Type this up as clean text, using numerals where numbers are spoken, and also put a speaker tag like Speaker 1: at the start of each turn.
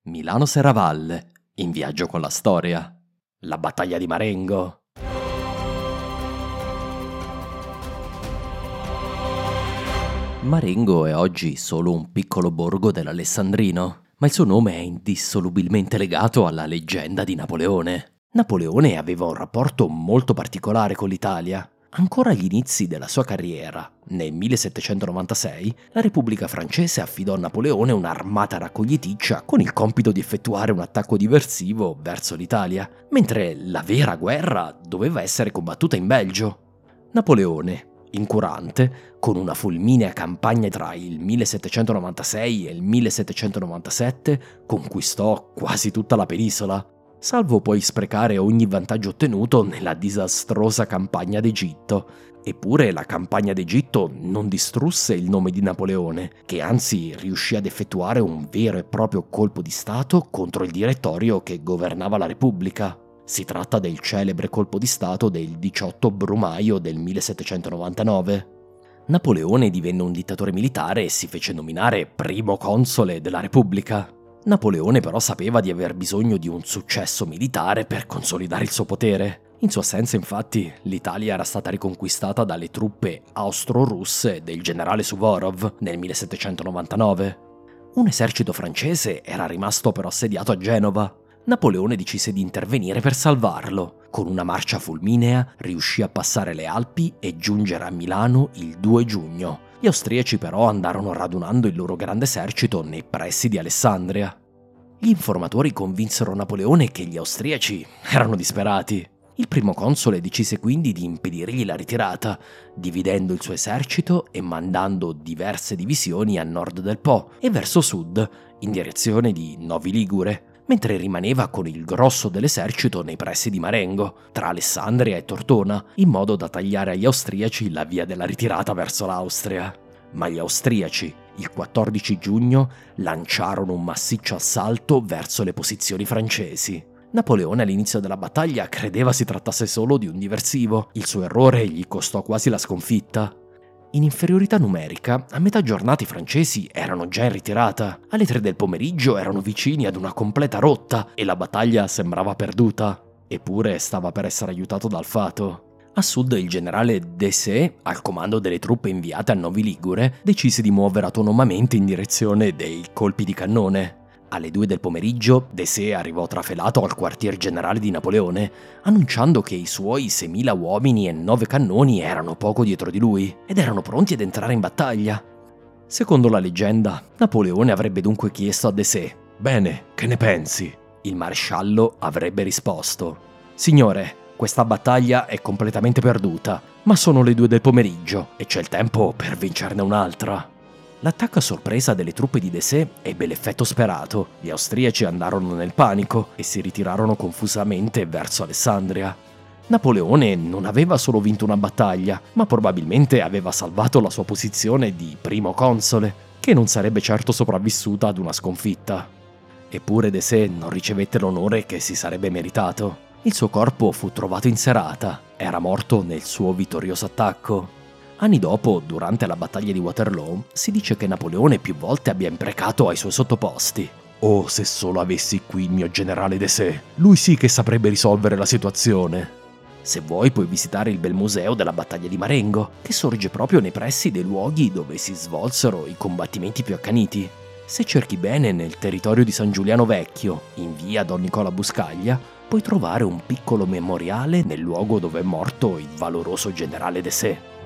Speaker 1: Milano Serravalle, in viaggio con la storia. La battaglia di Marengo. Marengo è oggi solo un piccolo borgo dell'Alessandrino, ma il suo nome è indissolubilmente legato alla leggenda di Napoleone. Napoleone aveva un rapporto molto particolare con l'Italia. Ancora agli inizi della sua carriera, nel 1796, la Repubblica francese affidò a Napoleone un'armata raccogliticcia con il compito di effettuare un attacco diversivo verso l'Italia, mentre la vera guerra doveva essere combattuta in Belgio. Napoleone, incurante, con una fulminea campagna tra il 1796 e il 1797, conquistò quasi tutta la penisola, salvo poi sprecare ogni vantaggio ottenuto nella disastrosa campagna d'Egitto. Eppure la campagna d'Egitto non distrusse il nome di Napoleone, che anzi riuscì ad effettuare un vero e proprio colpo di stato contro il direttorio che governava la Repubblica. Si tratta del celebre colpo di stato del 18 Brumaio del 1799. Napoleone divenne un dittatore militare e si fece nominare primo console della Repubblica. Napoleone però sapeva di aver bisogno di un successo militare per consolidare il suo potere. In sua assenza, infatti, l'Italia era stata riconquistata dalle truppe austro-russe del generale Suvorov nel 1799. Un esercito francese era rimasto però assediato a Genova. Napoleone decise di intervenire per salvarlo. Con una marcia fulminea riuscì a passare le Alpi e giungere a Milano il 2 giugno. Gli austriaci però andarono radunando il loro grande esercito nei pressi di Alessandria. Gli informatori convinsero Napoleone che gli austriaci erano disperati. Il primo console decise quindi di impedirgli la ritirata, dividendo il suo esercito e mandando diverse divisioni a nord del Po e verso sud, in direzione di Novi Ligure, mentre rimaneva con il grosso dell'esercito nei pressi di Marengo, tra Alessandria e Tortona, in modo da tagliare agli austriaci la via della ritirata verso l'Austria. Ma gli austriaci, il 14 giugno, lanciarono un massiccio assalto verso le posizioni francesi. Napoleone all'inizio della battaglia credeva si trattasse solo di un diversivo. Il suo errore gli costò quasi la sconfitta. In inferiorità numerica, a metà giornata i francesi erano già in ritirata. Alle 3 del pomeriggio erano vicini ad una completa rotta e la battaglia sembrava perduta. Eppure stava per essere aiutato dal fato. A sud il generale Desaix, al comando delle truppe inviate a Novi Ligure, decise di muovere autonomamente in direzione dei colpi di cannone. Alle 2 del pomeriggio Desaix arrivò trafelato al quartier generale di Napoleone, annunciando che i suoi 6.000 uomini e 9 cannoni erano poco dietro di lui ed erano pronti ad entrare in battaglia. Secondo la leggenda, Napoleone avrebbe dunque chiesto a Desaix: «Bene, che ne pensi?» Il maresciallo avrebbe risposto: «Signore, questa battaglia è completamente perduta, ma sono le 2 del pomeriggio e c'è il tempo per vincerne un'altra». L'attacco a sorpresa delle truppe di Desaix ebbe l'effetto sperato. Gli austriaci andarono nel panico e si ritirarono confusamente verso Alessandria. Napoleone non aveva solo vinto una battaglia, ma probabilmente aveva salvato la sua posizione di primo console, che non sarebbe certo sopravvissuta ad una sconfitta. Eppure Desaix non ricevette l'onore che si sarebbe meritato. Il suo corpo fu trovato in serata. Era morto nel suo vittorioso attacco. Anni dopo, durante la battaglia di Waterloo, si dice che Napoleone più volte abbia imprecato ai suoi sottoposti: «Oh, se solo avessi qui il mio generale Desaix, lui sì che saprebbe risolvere la situazione». Se vuoi puoi visitare il bel museo della battaglia di Marengo, che sorge proprio nei pressi dei luoghi dove si svolsero i combattimenti più accaniti. Se cerchi bene nel territorio di San Giuliano Vecchio, in via Don Nicola Buscaglia, puoi trovare un piccolo memoriale nel luogo dove è morto il valoroso generale Desaix.